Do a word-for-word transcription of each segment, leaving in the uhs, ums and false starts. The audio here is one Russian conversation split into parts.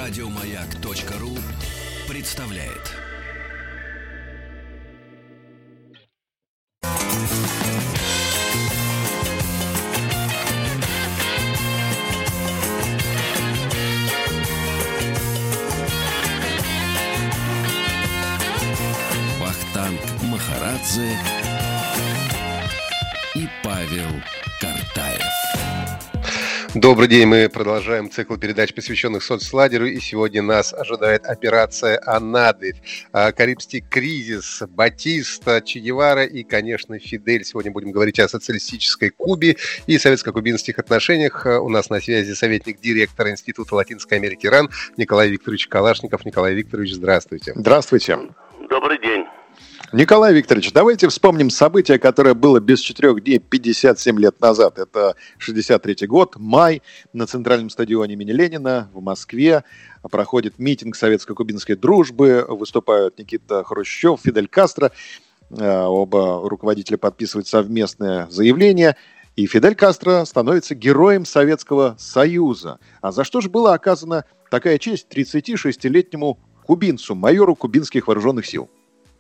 Радиомаяк.ру представляет. Вахтанг Махарадзе и Павел Картаев. Добрый день, мы продолжаем цикл передач, посвященных соцлагерю, и сегодня нас ожидает операция «Анадырь», Карибский кризис, Батиста, Че Гевара и, конечно, Фидель. Сегодня будем говорить о социалистической Кубе и советско-кубинских отношениях. У нас на связи советник директора Института Латинской Америки РАН Николай Викторович Калашников. Николай Викторович, здравствуйте. Здравствуйте. Добрый день. Николай Викторович, давайте вспомним событие, которое было без четырех дней пятьдесят семь лет назад. Это шестьдесят третий год, май, на Центральном стадионе имени Ленина в Москве проходит митинг советско-кубинской дружбы, выступают Никита Хрущев, Фидель Кастро, оба руководителя подписывают совместное заявление, и Фидель Кастро становится героем Советского Союза. А за что же была оказана такая честь тридцатишестилетнему кубинцу, майору кубинских вооруженных сил?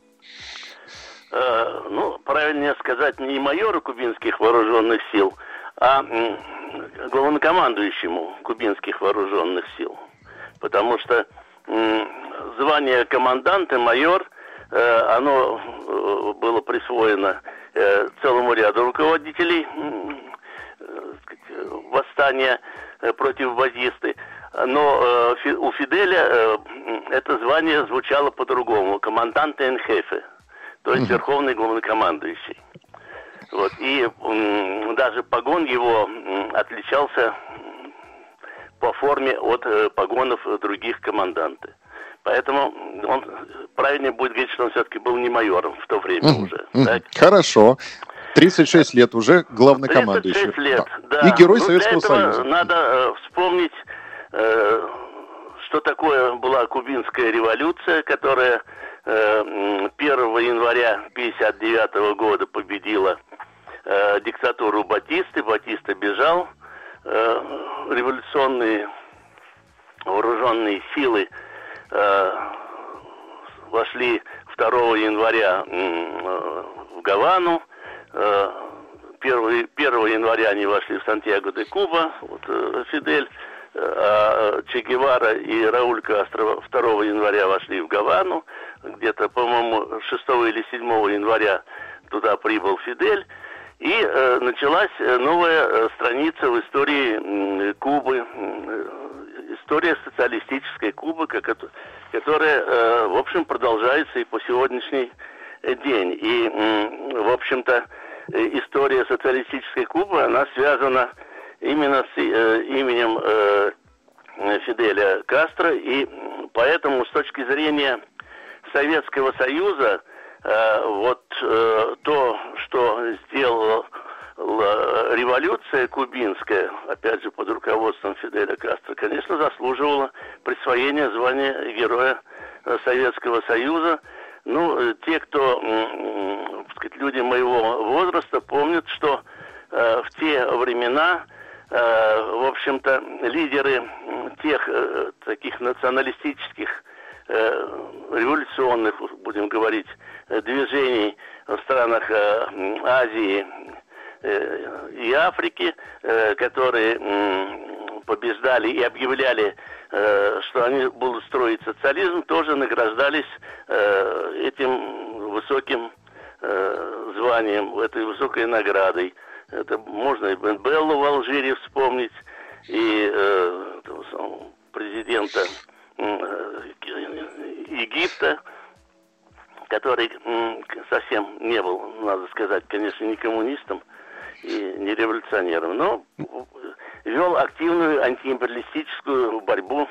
Ну, правильнее сказать, не майору кубинских вооруженных сил, а главнокомандующему кубинских вооруженных сил. Потому что звание команданта, майор, оно было присвоено целому ряду руководителей восстания против Батисты. Но у Фиделя это звание звучало по-другому. Командант эн-хефе. То есть верховный главнокомандующий. Вот. И м, даже погон его м, отличался по форме от э, погонов других командантов. Поэтому он правильнее будет говорить, что он все-таки был не майором в то время mm-hmm. уже. Mm-hmm. Хорошо. тридцать шесть лет уже главнокомандующий. тридцать шесть лет, да. И герой ну, Советского для этого Союза. Надо э, вспомнить, э, что такое была кубинская революция, которая первого января тысяча девятьсот пятьдесят девятого года победила э, диктатуру Батисты. Батиста бежал. Э, революционные вооруженные силы э, вошли второго января э, в Гавану. Э, первого января они вошли в Сантьяго-де-Куба, вот, э, Фидель. А Че Гевара и Рауль Кастро второго января вошли в Гавану. Где-то, по-моему, шестого или седьмого января туда прибыл Фидель. И э, началась новая э, страница в истории э, Кубы. Э, история социалистической Кубы, как это, которая, э, в общем, продолжается и по сегодняшний день. И, э, в общем-то, история социалистической Кубы, она связана именно с э, именем э, Фиделя Кастро, и поэтому с точки зрения Советского Союза э, вот э, то, что сделала революция кубинская, опять же под руководством Фиделя Кастро, конечно, заслуживала присвоения звания Героя Советского Союза. Ну, те, кто, э, так сказать, люди моего возраста, помнят, что э, в те времена в общем-то, лидеры тех таких националистических, революционных, будем говорить, движений в странах Азии и Африки, которые побеждали и объявляли, что они будут строить социализм, тоже награждались этим высоким званием, этой высокой наградой. Это можно и Бен Беллу в Алжире вспомнить, и э, президента э, Египта, который э, совсем не был, надо сказать, конечно, не коммунистом и не революционером, но вел активную антиимпериалистическую борьбу.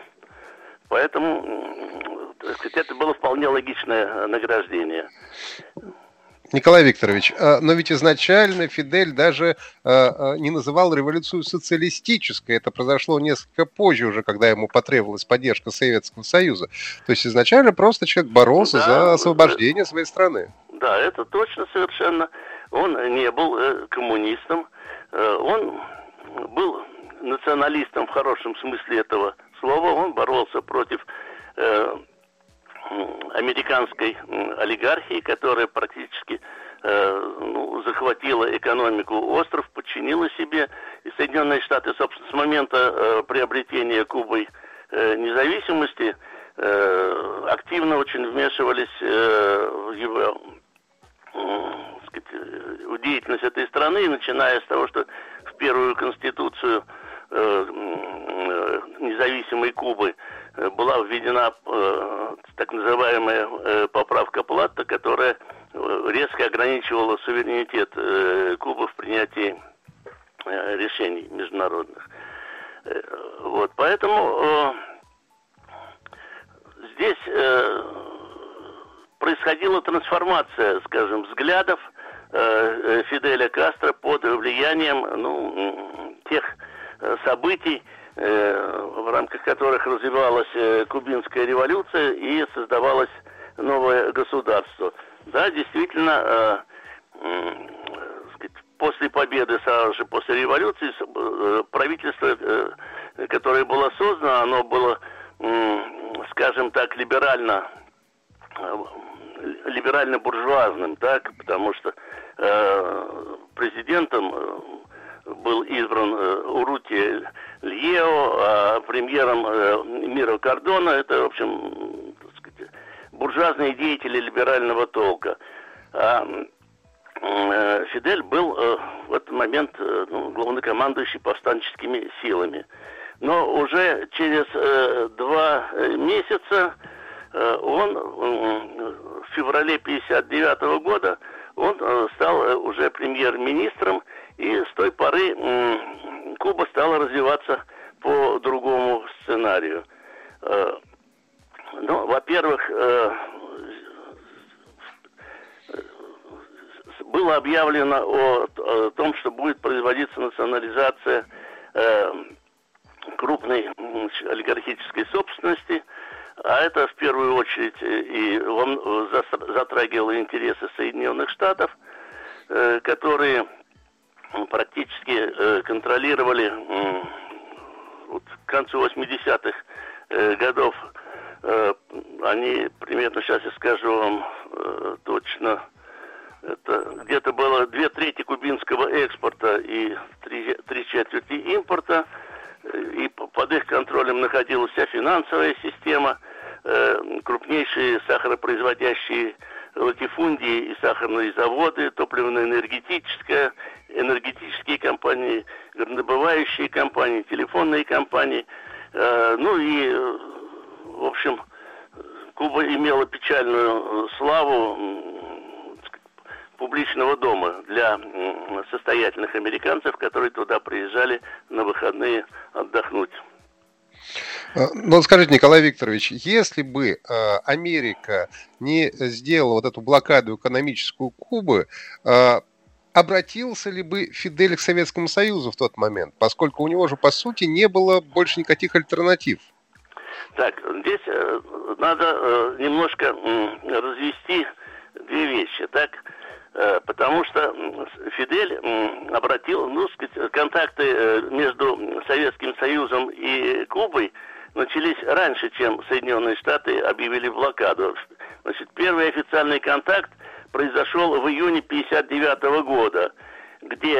Поэтому, так сказать, это было вполне логичное награждение. Николай Викторович, но ведь изначально Фидель даже не называл революцию социалистической. Это произошло несколько позже уже, когда ему потребовалась поддержка Советского Союза. То есть изначально просто человек боролся да, за освобождение да, своей страны. Да, это точно совершенно. Он не был э, коммунистом. Э, он был националистом в хорошем смысле этого слова, он боролся против э, американской олигархии, которая практически э, ну, захватила экономику остров, подчинила себе. И Соединенные Штаты, собственно, с момента э, приобретения Кубой э, независимости э, активно очень вмешивались э, в его э, сказать, в деятельность этой страны, начиная с того, что в первую конституцию э, э, независимой Кубы была введена э, так называемая э, поправка Платта, которая э, резко ограничивала суверенитет э, Кубы в принятии э, решений международных. Э, вот, поэтому э, здесь э, происходила трансформация, скажем, взглядов э, Фиделя Кастро под влиянием ну, тех э, событий, в рамках которых развивалась кубинская революция и создавалось новое государство. Да, действительно, после победы, сразу же после революции, правительство, которое было создано, оно было, скажем так, либерально, либерально-буржуазным, так, потому что президентом был избран Уррути Льео, а премьером Миро Кардона. Это, в общем, так сказать, буржуазные деятели либерального толка. А Фидель был в этот момент ну, главнокомандующий повстанческими силами. Но уже через два месяца он в феврале пятьдесят девятого года он стал уже премьер-министром, и с той поры Куба стала развиваться по другому сценарию. Ну, во-первых, было объявлено о, о том, что будет производиться национализация крупной олигархической собственности, а это в первую очередь и затрагивало интересы Соединенных Штатов, которые практически э, контролировали э, вот, к концу восьмидесятых э, годов. Э, они примерно, сейчас я скажу вам э, точно, это где-то было две трети кубинского экспорта и три, три четверти импорта. И под их контролем находилась вся финансовая система, э, крупнейшие сахаропроизводящие латифундии и сахарные заводы, топливно-энергетическая, энергетические компании, горнодобывающие компании, телефонные компании. Э, ну и, в общем, Куба имела печальную славу публичного дома для состоятельных американцев, которые туда приезжали на выходные отдохнуть. Ну, скажите, Николай Викторович, если бы э, Америка не сделала вот эту блокаду экономическую Кубы, э, обратился ли бы Фидель к Советскому Союзу в тот момент, поскольку у него же, по сути, не было больше никаких альтернатив? Так, здесь э, надо э, немножко э, развести две вещи, так? Э, потому что Фидель э, обратил, ну, сказать, контакты э, между Советским Союзом и Кубой начались раньше, чем Соединенные Штаты объявили блокаду. Значит, первый официальный контакт произошел в июне пятьдесят девятого года, где,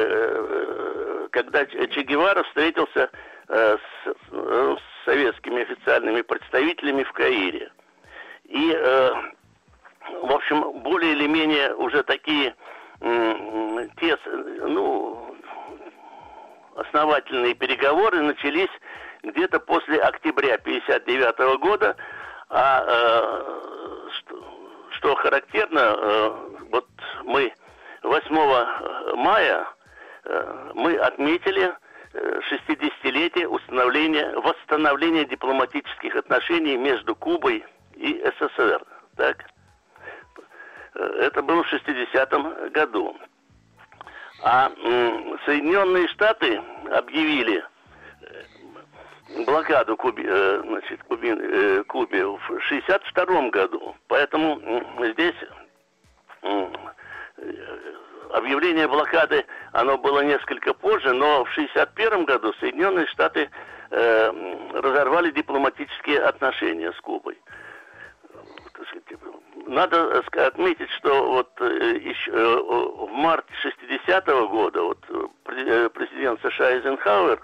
э, когда Че Гевара встретился э, с, с советскими официальными представителями в Каире. И, э, в общем, более или менее уже такие э, те, ну, основательные переговоры начались где-то после октября пятьдесят девятого года, а э, что, что характерно, э, вот мы восьмого мая э, мы отметили шестидесятилетие установления, восстановления дипломатических отношений между Кубой и СССР. Так? Это было в шестидесятом году. А м, Соединенные Штаты объявили блокаду Кубе, э, значит, Кубе, э, Кубе в шестьдесят втором году. Поэтому м, здесь м, объявление блокады, оно было несколько позже, но в шестьдесят первом году Соединенные Штаты разорвали дипломатические отношения с Кубой. Надо отметить, что вот еще в марте шестидесятого года вот президент США Эйзенхауэр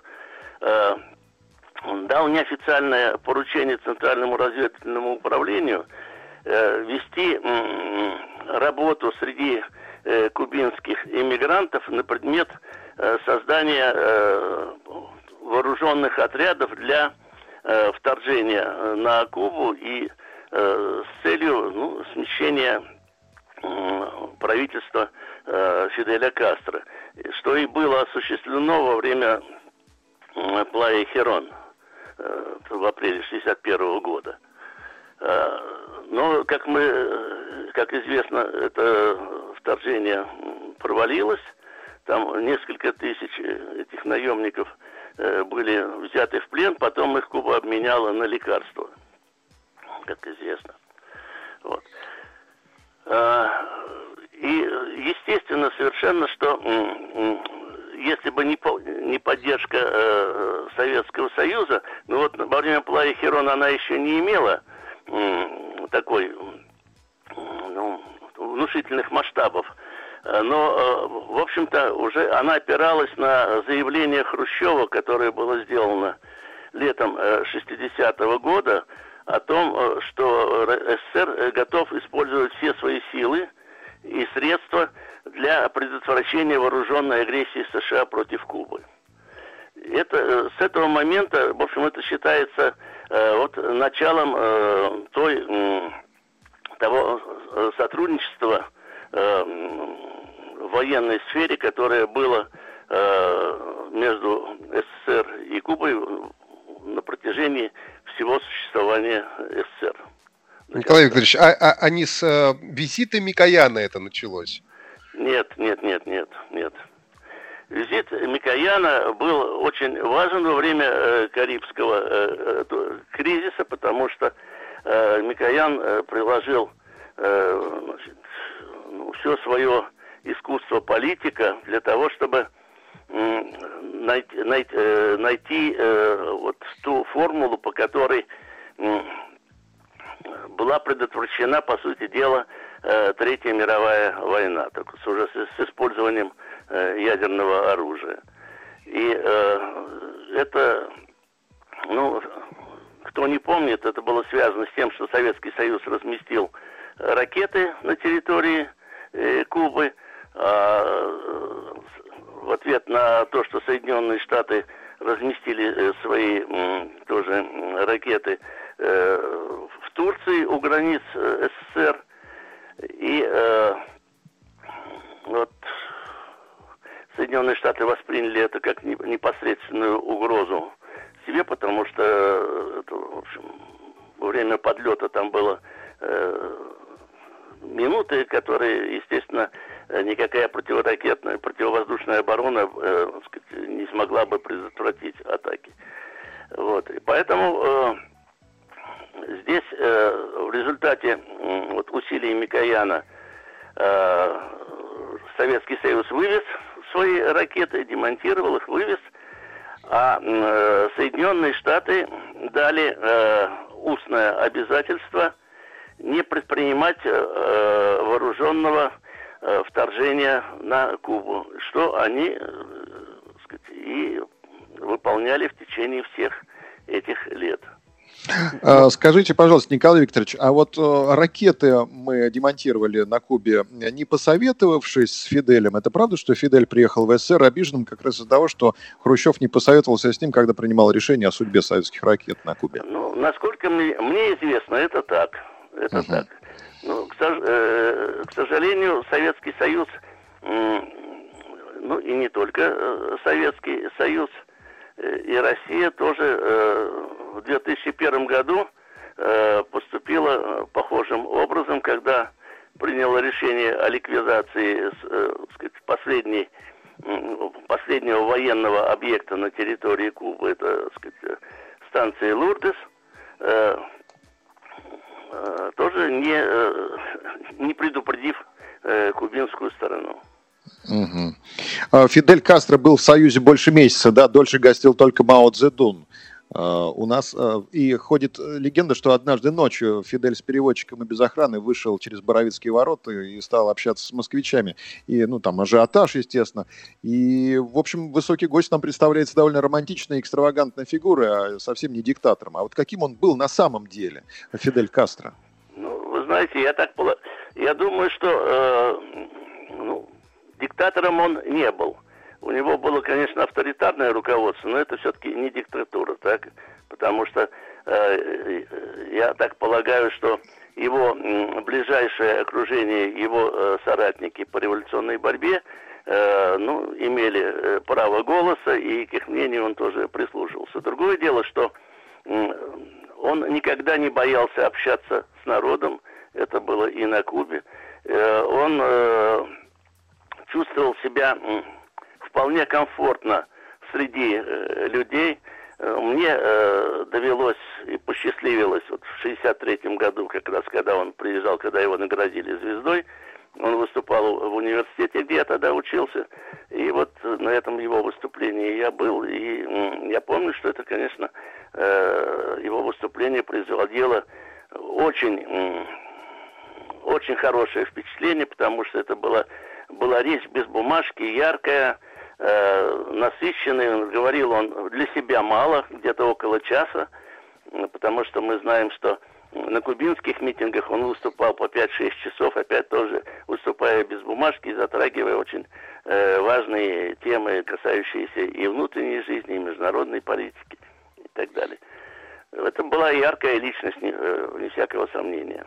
дал неофициальное поручение Центральному разведывательному управлению вести работу среди кубинских иммигрантов на предмет создания вооруженных отрядов для вторжения на Кубу и с целью ну, смещения правительства Фиделя Кастро, что и было осуществлено во время Плая Херон в апреле шестьдесят первого года. Но, как мы, как известно, это вторжение провалилось. Там несколько тысяч этих наемников были взяты в плен, потом их Куба обменяла на лекарства, как известно. Вот. И естественно совершенно, что если бы не, по, не поддержка э, Советского Союза, ну вот во время Плая Херон она еще не имела э, такой ну, внушительных масштабов, но, э, в общем-то, уже она опиралась на заявление Хрущева, которое было сделано летом э, шестидесятого года, о том, э, что СССР готов использовать все свои силы и средства для предотвращения вооруженной агрессии США против Кубы. Это, с этого момента, в общем, это считается э, вот, началом э, той, э, того сотрудничества э, в военной сфере, которое было э, между СССР и Кубой на протяжении всего существования СССР. Николай Викторович, а, а, а не с э, визита Микояна это началось? Нет, нет, нет, нет, нет. Визит Микояна был очень важен во время э, Карибского э, э, кризиса, потому что э, Микоян э, приложил э, значит, ну, все свое искусство политика для того, чтобы э, найти, найти, э, найти э, вот ту формулу, по которой э, была предотвращена, по сути дела, Третья мировая война, так, с, уже с, с использованием э, ядерного оружия. И э, это, ну, кто не помнит, это было связано с тем, что Советский Союз разместил ракеты на территории э, Кубы, а в ответ на то, что Соединенные Штаты разместили э, свои э, тоже ракеты э, в Турции у границ э, СССР. И э, вот Соединенные Штаты восприняли это как непосредственную угрозу себе, потому что это, в общем, во время подлета там было э, минуты, которые, естественно, никакая противоракетная, противовоздушная оборона э, так сказать, не смогла бы предотвратить атаки. Вот. И поэтому э, здесь э, в результате э, вот, усилий Микояна э, Советский Союз вывез свои ракеты, демонтировал их, вывез, а э, Соединенные Штаты дали э, устное обязательство не предпринимать э, вооруженного э, вторжения на Кубу, что они э, сказать, и выполняли в течение всех этих лет. Скажите, пожалуйста, Николай Викторович, а вот ракеты мы демонтировали на Кубе, не посоветовавшись с Фиделем. Это правда, что Фидель приехал в СССР обиженным как раз из-за того, что Хрущев не посоветовался с ним, когда принимал решение о судьбе советских ракет на Кубе? Ну, насколько мне, мне известно, это так. Это uh-huh. так. Ну, к, э, к сожалению, Советский Союз, э, ну и не только Советский Союз, и Россия тоже э, в две тысячи первом году э, поступила похожим образом, когда приняла решение о ликвидации э, сказать, последней, э, последнего военного объекта на территории Кубы, это сказать, станция Лурдес, э, э, тоже не, э, не предупредив э, кубинскую сторону. Угу. Фидель Кастро был в Союзе больше месяца, да, дольше гостил только Мао Цзэдун. У нас и ходит легенда, что однажды ночью Фидель с переводчиком и без охраны вышел через Боровицкие ворота и стал общаться с москвичами. И, ну, там ажиотаж, естественно. И, в общем, высокий гость нам представляется довольно романтичной, экстравагантной фигурой, а совсем не диктатором. А вот каким он был на самом деле, Фидель Кастро? Ну, вы знаете, я так полагаю, я думаю, что э, ну, диктатором он не был. У него было, конечно, авторитарное руководство, но это все-таки не диктатура, так? Потому что э, я так полагаю, что его э, ближайшее окружение, его э, соратники по революционной борьбе, э, ну, имели э, право голоса, и к их мнению он тоже прислушивался. Другое дело, что э, он никогда не боялся общаться с народом, это было и на Кубе. Э, он э, чувствовал себя... Э, вполне комфортно среди э, людей. Мне э, довелось и посчастливилось вот в шестьдесят третьем году, как раз когда он приезжал, когда его наградили звездой, он выступал в университете, где я тогда учился, и вот на этом его выступлении я был, и э, я помню, что это, конечно, э, его выступление произвело очень, э, очень хорошее впечатление, потому что это была, была речь без бумажки, яркая, насыщенный, говорил он для себя мало, где-то около часа, потому что мы знаем, что на кубинских митингах он выступал по пять-шесть часов, опять тоже выступая без бумажки, затрагивая очень э, важные темы, касающиеся и внутренней жизни, и международной политики, и так далее. Это была яркая личность, не, не всякого сомнения.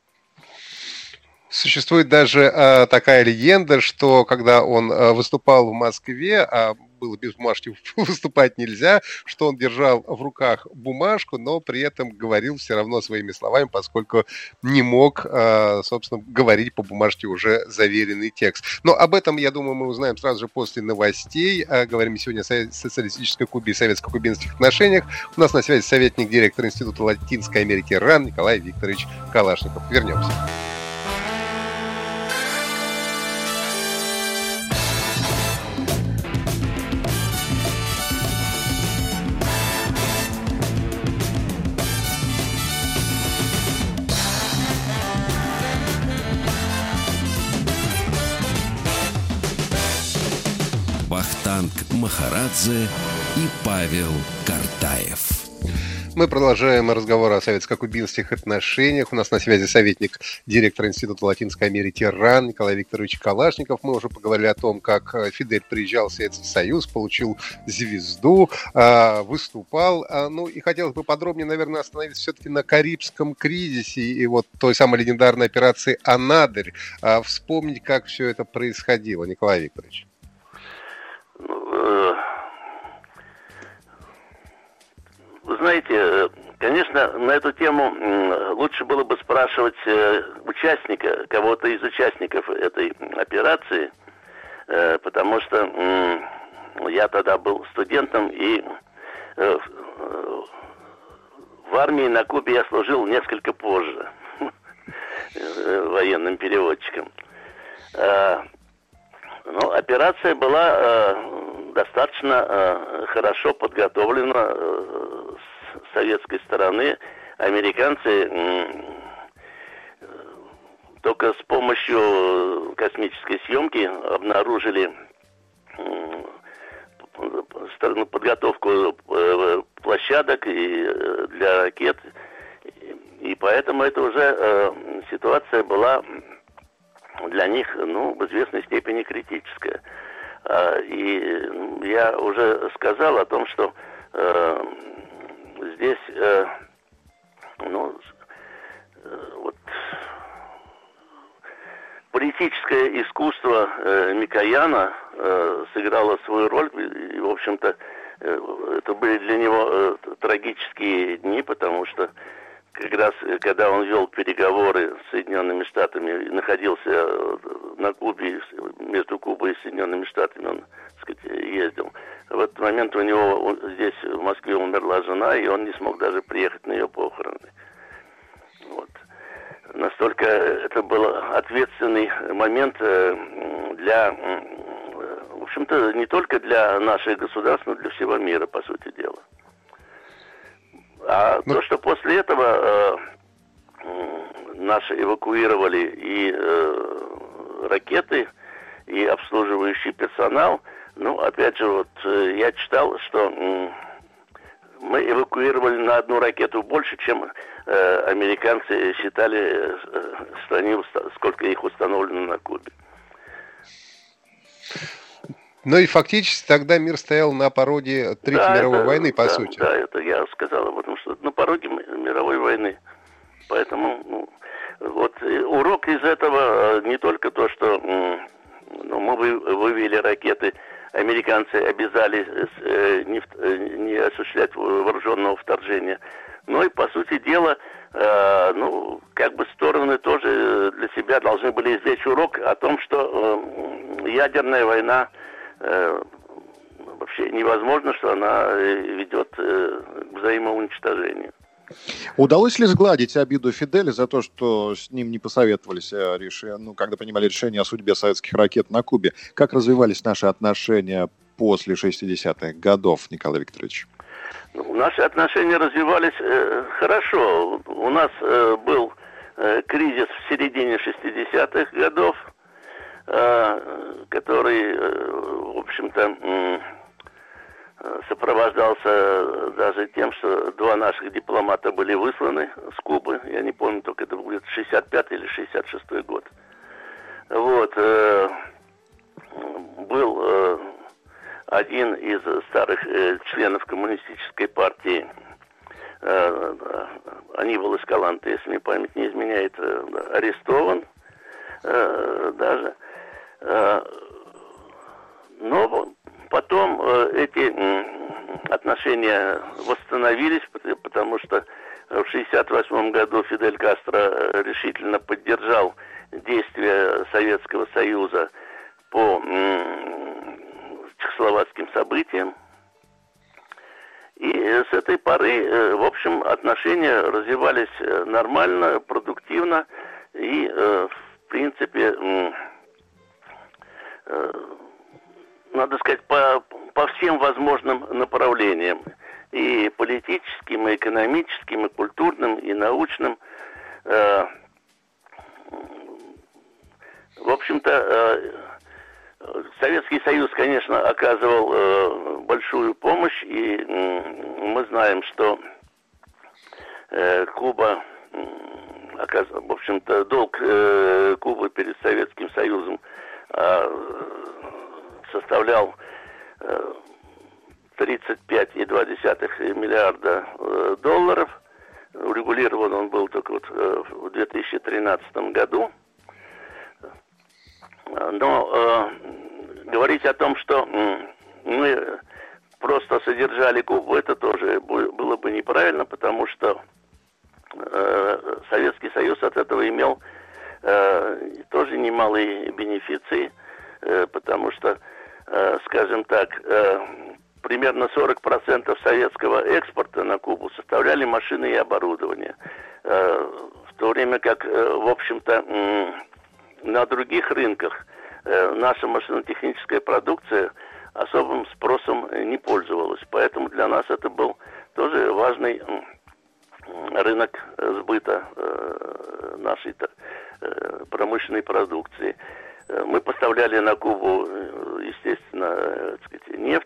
Существует даже э, такая легенда, что когда он э, выступал в Москве, а было без бумажки выступать нельзя, что он держал в руках бумажку, но при этом говорил все равно своими словами, поскольку не мог, э, собственно, говорить по бумажке уже заверенный текст. Но об этом, я думаю, мы узнаем сразу же после новостей. Э, говорим сегодня о социалистической Кубе и советско-кубинских отношениях. У нас на связи советник директора Института Латинской Америки РАН Николай Викторович Калашников. Вернемся. Вахтанг Махарадзе и Павел Картаев. Мы продолжаем разговор о советско-кубинских отношениях. У нас на связи советник директора Института Латинской Америки РАН Николай Викторович Калашников. Мы уже поговорили о том, как Фидель приезжал в Советский Союз, получил звезду, выступал. Ну и хотелось бы подробнее, наверное, остановиться все-таки на Карибском кризисе и вот той самой легендарной операции «Анадырь». Вспомнить, как все это происходило, Николай Викторович. Вы знаете, конечно, на эту тему лучше было бы спрашивать участника, кого-то из участников этой операции, потому что я тогда был студентом, и в армии на Кубе я служил несколько позже военным переводчиком. Но операция была достаточно хорошо подготовлена с советской стороны. Американцы только с помощью космической съемки обнаружили подготовку площадок для ракет. И поэтому это уже ситуация была для них, ну, в известной степени критическая. И я уже сказал о том, что э, здесь, э, ну, вот, политическое искусство э, Микояна э, сыграло свою роль, и, в общем-то, э, это были для него э, трагические дни, потому что как раз, когда он вел переговоры с Соединенными Штатами, находился на Кубе, между Кубой и Соединенными Штатами, он, так сказать, ездил. В этот момент у него здесь, в Москве, умерла жена, и он не смог даже приехать на ее похороны. Вот. Настолько это был ответственный момент для, в общем-то, не только для наших государств, но для всего мира, по сути дела. А Ну, то, что после этого э, наши эвакуировали и э, ракеты, и обслуживающий персонал, ну, опять же, вот э, я читал, что э, мы эвакуировали на одну ракету больше, чем э, американцы считали, э, что они, уста- сколько их установлено на Кубе. ну и фактически тогда мир стоял на пороге Третьей Да, мировой это- войны, по да, сути. Да, это я сказал об этом, что на пороге м- мировой войны. Поэтому ну, вот э, урок из этого э, не только то, что м, ну, мы вы- вывели ракеты, американцы обязали э, не, в- э, не осуществлять вооруженного вторжения, но и, по сути дела, э, ну, как бы стороны тоже для себя должны были извлечь урок о том, что э, ядерная война э, вообще невозможно, что она э, ведет э, к взаимоуничтожению. Удалось ли сгладить обиду Фиделя за то, что с ним не посоветовались, о реш- ну, когда принимали решение о судьбе советских ракет на Кубе? Как развивались наши отношения после шестидесятых годов, Николай Викторович? Ну, наши отношения развивались э, хорошо. У нас э, был э, кризис в середине шестидесятых годов, э, который, э, в общем-то, м, сопровождался даже тем, что два наших дипломата были высланы с Кубы. Я не помню, только это будет шестьдесят пятый или шестьдесят шестой год. Вот. Э, был э, один из старых э, членов коммунистической партии, э, Анибал Эскаланте, если мне память не изменяет, э, арестован э, даже. Э, но потом э, эти э, отношения восстановились, потому что в шестьдесят восьмом году Фидель Кастро решительно поддержал действия Советского Союза по э, чехословацким событиям. И с этой поры, э, в общем, отношения развивались нормально, продуктивно и, э, в принципе, э, э, надо сказать, по, по всем возможным направлениям. И политическим, и экономическим, и культурным, и научным. Э, в общем-то, э, Советский Союз, конечно, оказывал э, большую помощь. И э, мы знаем, что э, Куба, э, оказывал, в общем-то, долг э, Кубы перед Советским Союзом э, составлял тридцать пять и два десятых миллиарда долларов. Урегулирован он был только вот в две тысячи тринадцатом году. Но э, говорить о том, что мы просто содержали Кубу, это тоже было бы неправильно, потому что э, Советский Союз от этого имел э, тоже немалые бенефиции, э, потому что, скажем так, примерно сорок процентов советского экспорта на Кубу составляли машины и оборудование. В то время как, в общем-то, на других рынках наша машинотехническая продукция особым спросом не пользовалась. Поэтому для нас это был тоже важный рынок сбыта нашей промышленной продукции. Мы поставляли на Кубу, естественно, так сказать, нефть,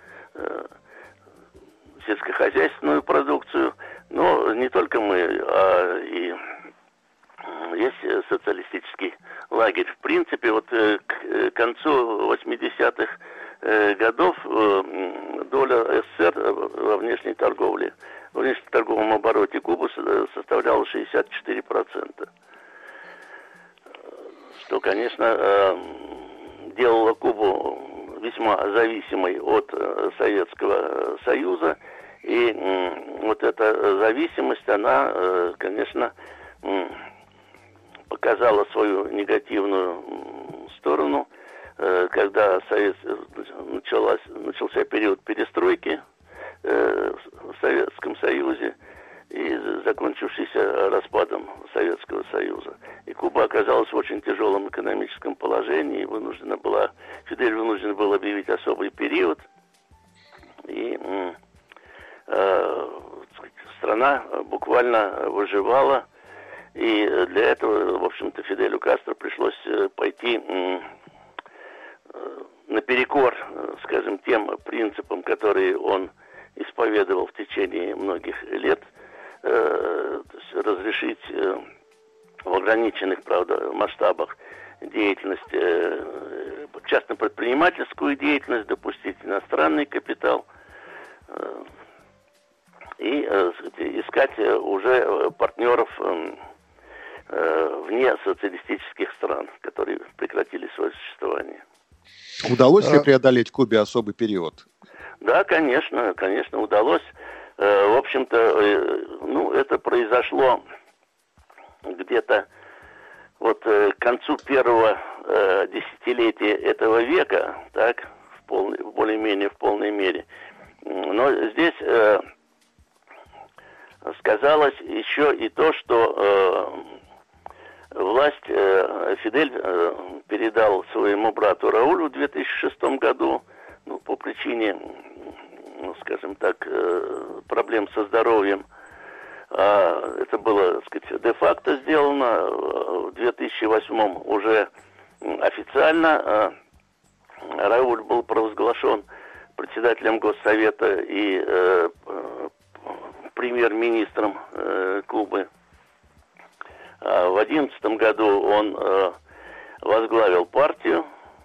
сельскохозяйственную продукцию, но не только мы, а и есть социалистический лагерь. В принципе, вот к концу восьмидесятых годов доля СССР во внешней торговле, во внешнеторговом обороте Кубы составляла шестьдесят четыре процента. Что, конечно, делало Кубу весьма зависимой от Советского Союза. И вот эта зависимость, она, конечно, показала свою негативную сторону, когда Совет... началась, начался период перестройки в Советском Союзе и закончившийся распадом Советского Союза. И Куба оказалась в очень тяжелом экономическом положении, и вынуждена была, Фидель вынужден был объявить особый период, и э, страна буквально выживала. И для этого, в общем-то, Фиделю Кастро пришлось пойти наперекор, скажем, тем принципам, которые он исповедовал в течение многих лет, то есть разрешить в ограниченных, правда, масштабах деятельность, частно-предпринимательскую деятельность, допустить иностранный капитал и искать уже партнеров вне социалистических стран, которые прекратили свое существование. Удалось ли преодолеть Кубе особый период? Да, конечно, конечно, удалось. В общем-то, ну, это произошло где-то вот к концу первого десятилетия этого века, так, в полной, более-менее в полной мере. Но здесь сказалось еще и то, что власть э, Фидель э, передал своему брату Раулю в две тысячи шестом году, ну, по причине, ну, скажем так, э, проблем со здоровьем. А это было, так сказать, де-факто сделано. В две тысячи восьмом уже официально э, Рауль был провозглашен председателем Госсовета и э, премьер-министром э, Кубы. В две тысячи одиннадцатом году он э, возглавил партию,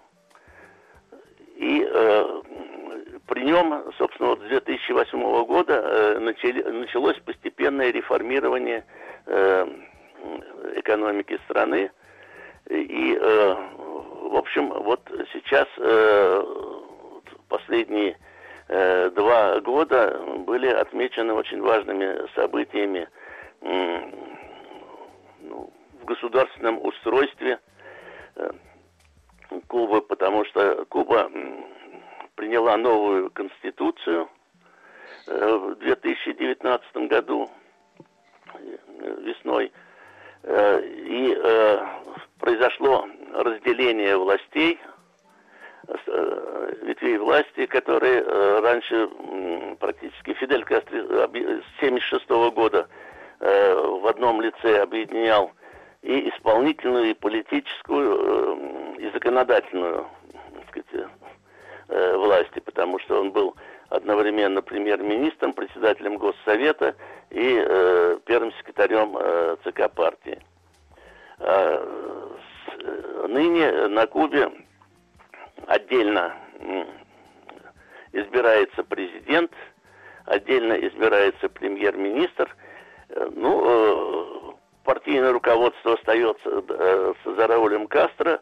и э, при нем, собственно, вот с две тысячи восьмого года э, начали, началось постепенное реформирование э, экономики страны. И, э, в общем, вот сейчас э, последние э, два года были отмечены очень важными событиями э, в государственном устройстве Кубы, потому что Куба приняла новую конституцию в две тысячи девятнадцатом году весной, и произошло разделение властей, ветвей власти, которые раньше практически Фидель Кастро с тысяча девятьсот семьдесят шестого года в одном лице объединял и исполнительную, и политическую, и законодательную, так сказать, власти, потому что он был одновременно премьер-министром, председателем Госсовета и э, первым секретарем э, ЦК партии. А, с, ныне на Кубе отдельно избирается президент, отдельно избирается премьер-министр. Ну, партийное руководство остается за Раулем Кастро,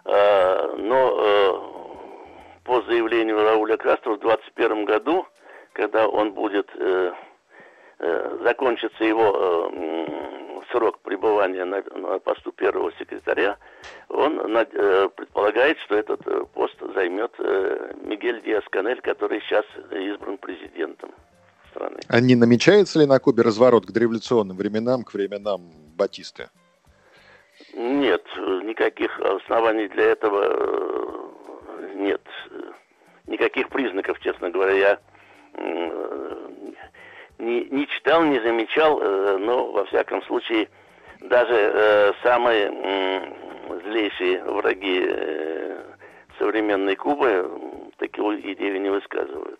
но по заявлению Рауля Кастро в двадцать первом году, когда он будет, закончится его срок пребывания на посту первого секретаря, он предполагает, что этот пост займет Мигель Диас-Канель, который сейчас избран президентом страны. А не намечается ли на Кубе разворот к дореволюционным временам, к временам Батисты? Нет, никаких оснований для этого нет. Никаких признаков, честно говоря, я не, не читал, не замечал, но, во всяком случае, даже самые злейшие враги современной Кубы такую идею не высказывают.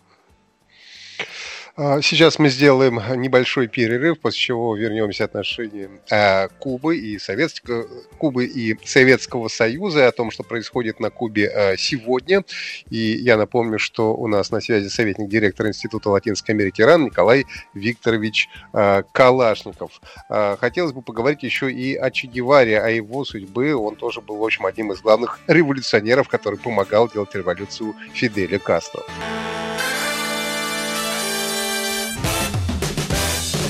Сейчас мы сделаем небольшой перерыв, после чего вернемся к отношениям Кубы и, Советского, Кубы и Советского Союза, о том, что происходит на Кубе сегодня. И я напомню, что у нас на связи советник директора Института Латинской Америки РАН Николай Викторович Калашников. Хотелось бы поговорить еще и о Че Геваре, о его судьбе. Он тоже был, в общем, одним из главных революционеров, который помогал делать революцию Фиделю Кастро.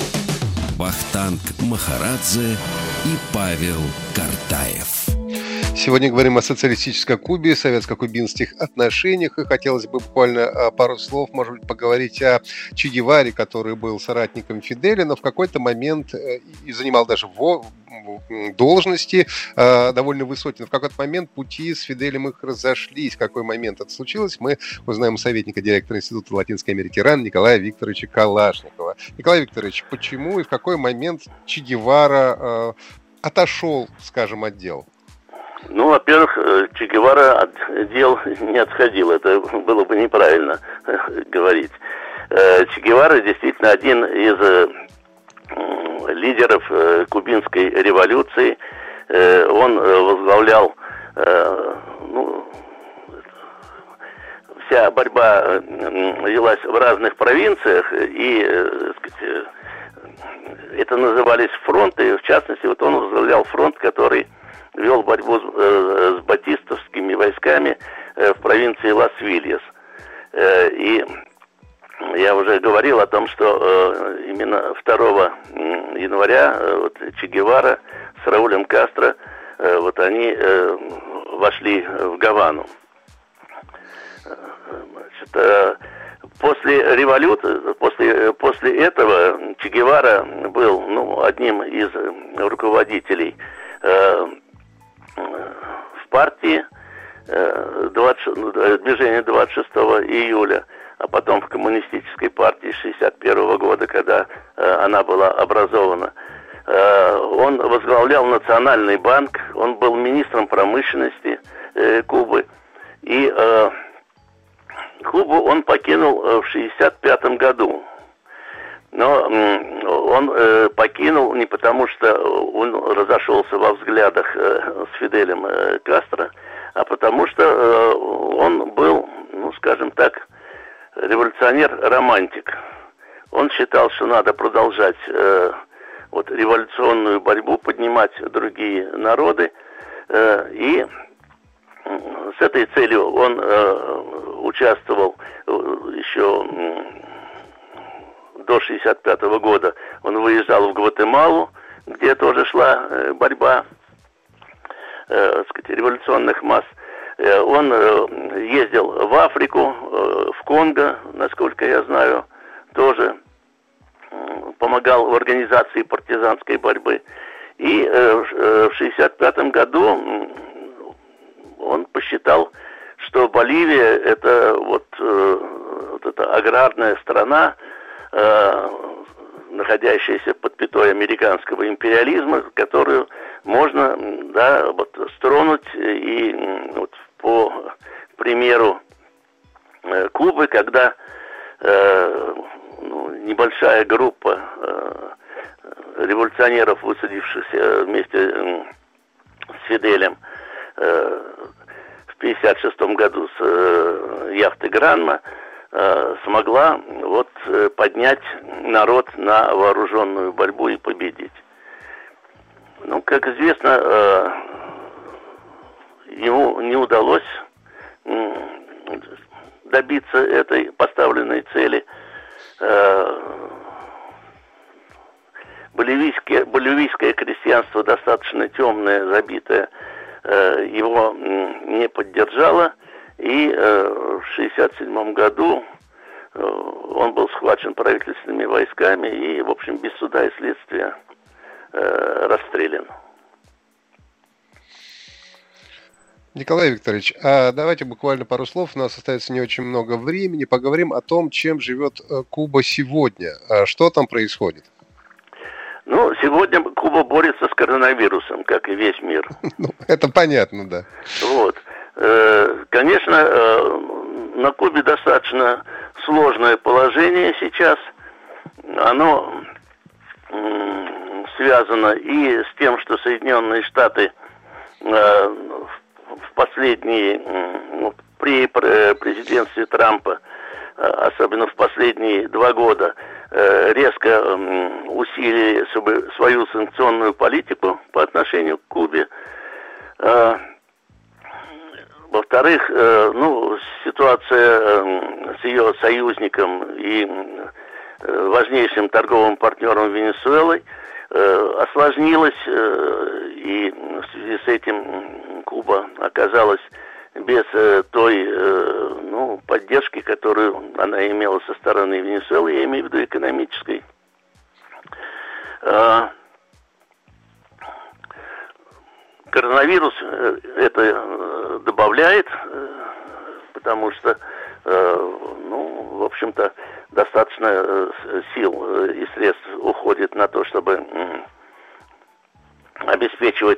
Вахтанг Махарадзе и Павел Картаев. Сегодня говорим о социалистической Кубе, советско-кубинских отношениях. И хотелось бы буквально пару слов, может быть, поговорить о Че Геваре, который был соратником Фиделя, но в какой-то момент и занимал даже во, должности довольно высокие. Но в какой-то момент пути с Фиделем их разошлись. В какой момент это случилось, мы узнаем у советника директора Института Латинской Америки РАН Николая Викторовича Калашникова. Николай Викторович, почему и в какой момент Че Гевара отошел, скажем, от дел? Ну, во-первых, Че Гевара от дел не отходил, это было бы неправильно говорить. Че Гевара действительно один из лидеров кубинской революции. Он возглавлял, ну, вся борьба велась в разных провинциях, и, так сказать, это назывались фронты. В частности, вот он возглавлял фронт, который вел борьбу с, э, с батистовскими войсками э, в провинции Лас-Вильяс. Э, и я уже говорил о том, что э, именно второго января э, вот, Че Гевара с Раулем Кастро, э, вот они э, вошли в Гавану. Значит, э, после революции, после, после этого Че Гевара был, ну, одним из руководителей э, в партии двадцать, движения двадцать шестого июля, а потом в коммунистической партии шестьдесят первого года, когда она была образована. Он возглавлял Национальный банк, он был министром промышленности Кубы, и Кубу он покинул в шестьдесят пятом году. Но он э, покинул не потому, что он разошелся во взглядах э, с Фиделем э, Кастро, а потому что э, он был, ну, скажем так, революционер-романтик. Он считал, что надо продолжать э, вот, революционную борьбу, поднимать другие народы, э, и с этой целью он э, участвовал еще до шестьдесят пятого года. Он выезжал в Гватемалу, где тоже шла э, борьба э, так сказать, революционных масс. Э, он э, ездил в Африку, э, в Конго, насколько я знаю, тоже э, помогал в организации партизанской борьбы. И э, э, в шестьдесят пятом году э, он посчитал, что Боливия — это вот, э, вот эта аграрная страна, Э, находящаяся под пятой американского империализма, которую можно, да, вот, стронуть. И вот, по примеру э, Кубы, когда э, ну, небольшая группа э, революционеров, высадившихся вместе э, с Фиделем э, в пятьдесят шестом году с э, яхты Гранма, смогла вот поднять народ на вооруженную борьбу и победить. Ну, как известно, ему не удалось добиться этой поставленной цели. Боливийское, боливийское крестьянство достаточно темное, забитое, его не поддержало. И э, в шестьдесят седьмом году э, он был схвачен правительственными войсками и, в общем, без суда и следствия э, расстрелян. Николай Викторович, а давайте буквально пару слов, у нас остается не очень много времени, поговорим о том, чем живет Куба сегодня. Что там происходит? Ну, сегодня Куба борется с коронавирусом, как и весь мир. Ну, это понятно, да. Вот. Конечно, на Кубе достаточно сложное положение сейчас. Оно связано и с тем, что Соединенные Штаты в последние, при президентстве Трампа, особенно в последние два года, резко усилили свою санкционную политику по отношению к Кубе. Во-вторых, ну, ситуация с ее союзником и важнейшим торговым партнером Венесуэлой осложнилось, и в связи с этим Куба оказалась без той, ну, поддержки, которую она имела со стороны Венесуэлы, я имею в виду экономической. Коронавирус это добавляет, потому что, ну, в общем-то, достаточно сил и средств уходит на то, чтобы обеспечивать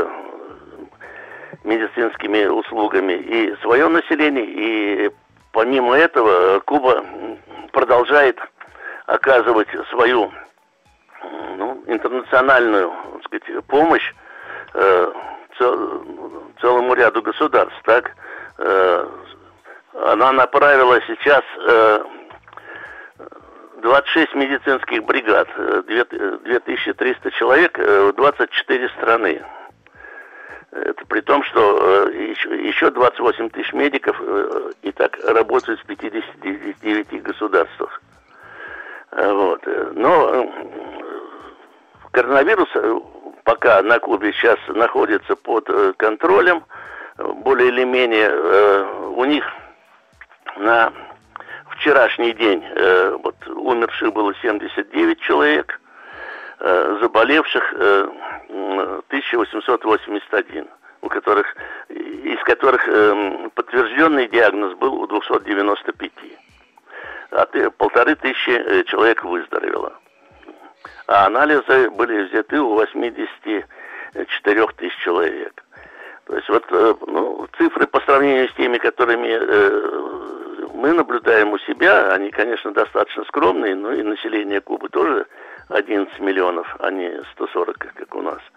медицинскими услугами и свое население, и помимо этого Куба продолжает оказывать свою, ну, интернациональную, так сказать, помощь э, цел, целому ряду государств. Так, э, она направила сейчас э, двадцать шесть медицинских бригад, две тысячи триста человек в двадцать четыре страны. Это при том, что э, еще, еще двадцать восемь тысяч медиков э, и так работают в пятидесяти девяти государствах. Э, вот. Но э, коронавирус пока на Кубе сейчас находится под э, контролем. Более или менее э, у них на вчерашний день э, вот, умерших было семьдесят девять человек, э, заболевших э, тысяча восемьсот восемьдесят один, у которых, из которых э, подтвержденный диагноз был у двухсот девяноста пяти. А полторы тысячи человек выздоровело. А анализы были взяты у восьмидесяти четырёх тысяч человек. То есть вот э, ну, цифры по сравнению с теми, которыми э, мы наблюдаем у себя, они, конечно, достаточно скромные, но и население Кубы тоже одиннадцать миллионов, а не сто сорок, как у нас.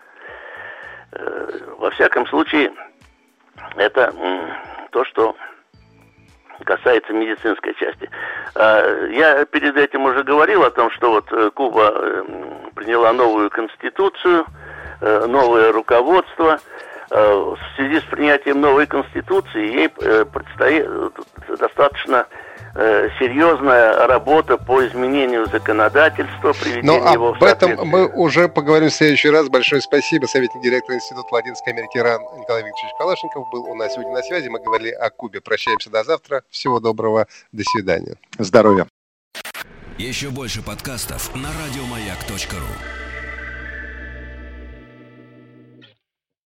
Во всяком случае, это то, что касается медицинской части. Я перед этим уже говорил о том, что вот Куба приняла новую конституцию, новое руководство. В связи с принятием новой конституции ей предстоит достаточно серьезная работа по изменению законодательства, приведению Но его в об этом соответствие. мы уже поговорим в следующий раз. Большое спасибо. Советник директора Института Латинской Америки РАН Николай Викторович Калашников был у нас сегодня на связи. Мы говорили о Кубе. Прощаемся до завтра. Всего доброго. До свидания. Здоровья. Еще больше подкастов на радиомаяк точка ру.